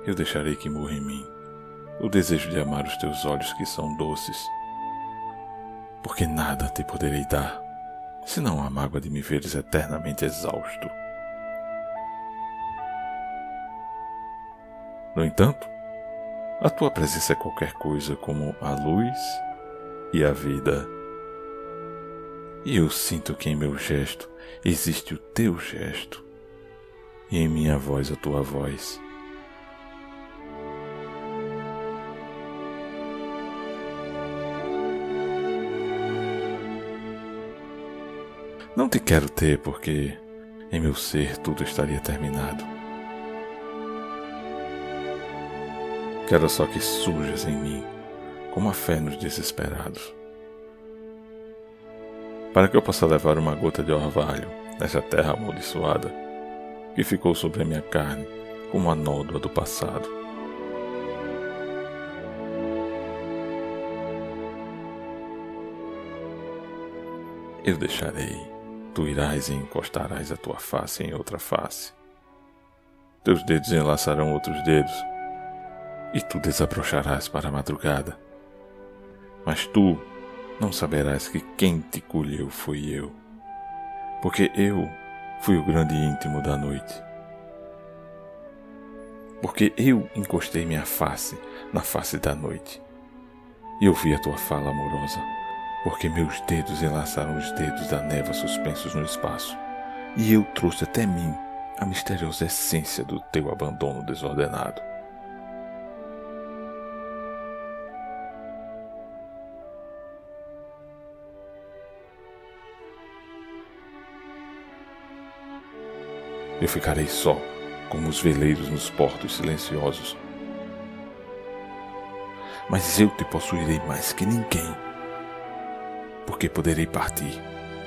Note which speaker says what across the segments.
Speaker 1: eu deixarei que morra em mim o desejo de amar os teus olhos que são doces, porque nada te poderei dar, senão a mágoa de me veres eternamente exausto. No entanto, a tua presença é qualquer coisa como a luz e a vida. E eu sinto que em meu gesto existe o teu gesto, e em minha voz a tua voz. Não te quero ter porque em meu ser tudo estaria terminado. Quero só que surjas em mim como a fé nos desesperados, para que eu possa levar uma gota de orvalho nessa terra amaldiçoada que ficou sobre a minha carne como a nódoa do passado. Eu deixarei, tu irás e encostarás a tua face em outra face. Teus dedos enlaçarão outros dedos, e tu desabrocharás para a madrugada. Mas tu não saberás que quem te colheu foi eu, porque eu fui o grande íntimo da noite. Porque eu encostei minha face na face da noite, e ouvi a tua fala amorosa, porque meus dedos enlaçaram os dedos da névoa suspensos no espaço, e eu trouxe até mim a misteriosa essência do teu abandono desordenado. Eu ficarei só, como os veleiros nos portos silenciosos. Mas eu te possuirei mais que ninguém, porque poderei partir.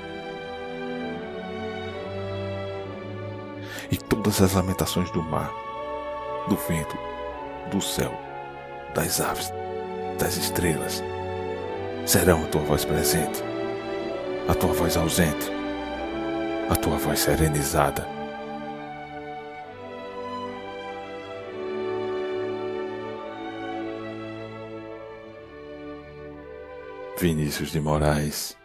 Speaker 1: E todas as lamentações do mar, do vento, do céu, das aves, das estrelas, serão a tua voz presente, a tua voz ausente, a tua voz serenizada. Vinícius de Moraes.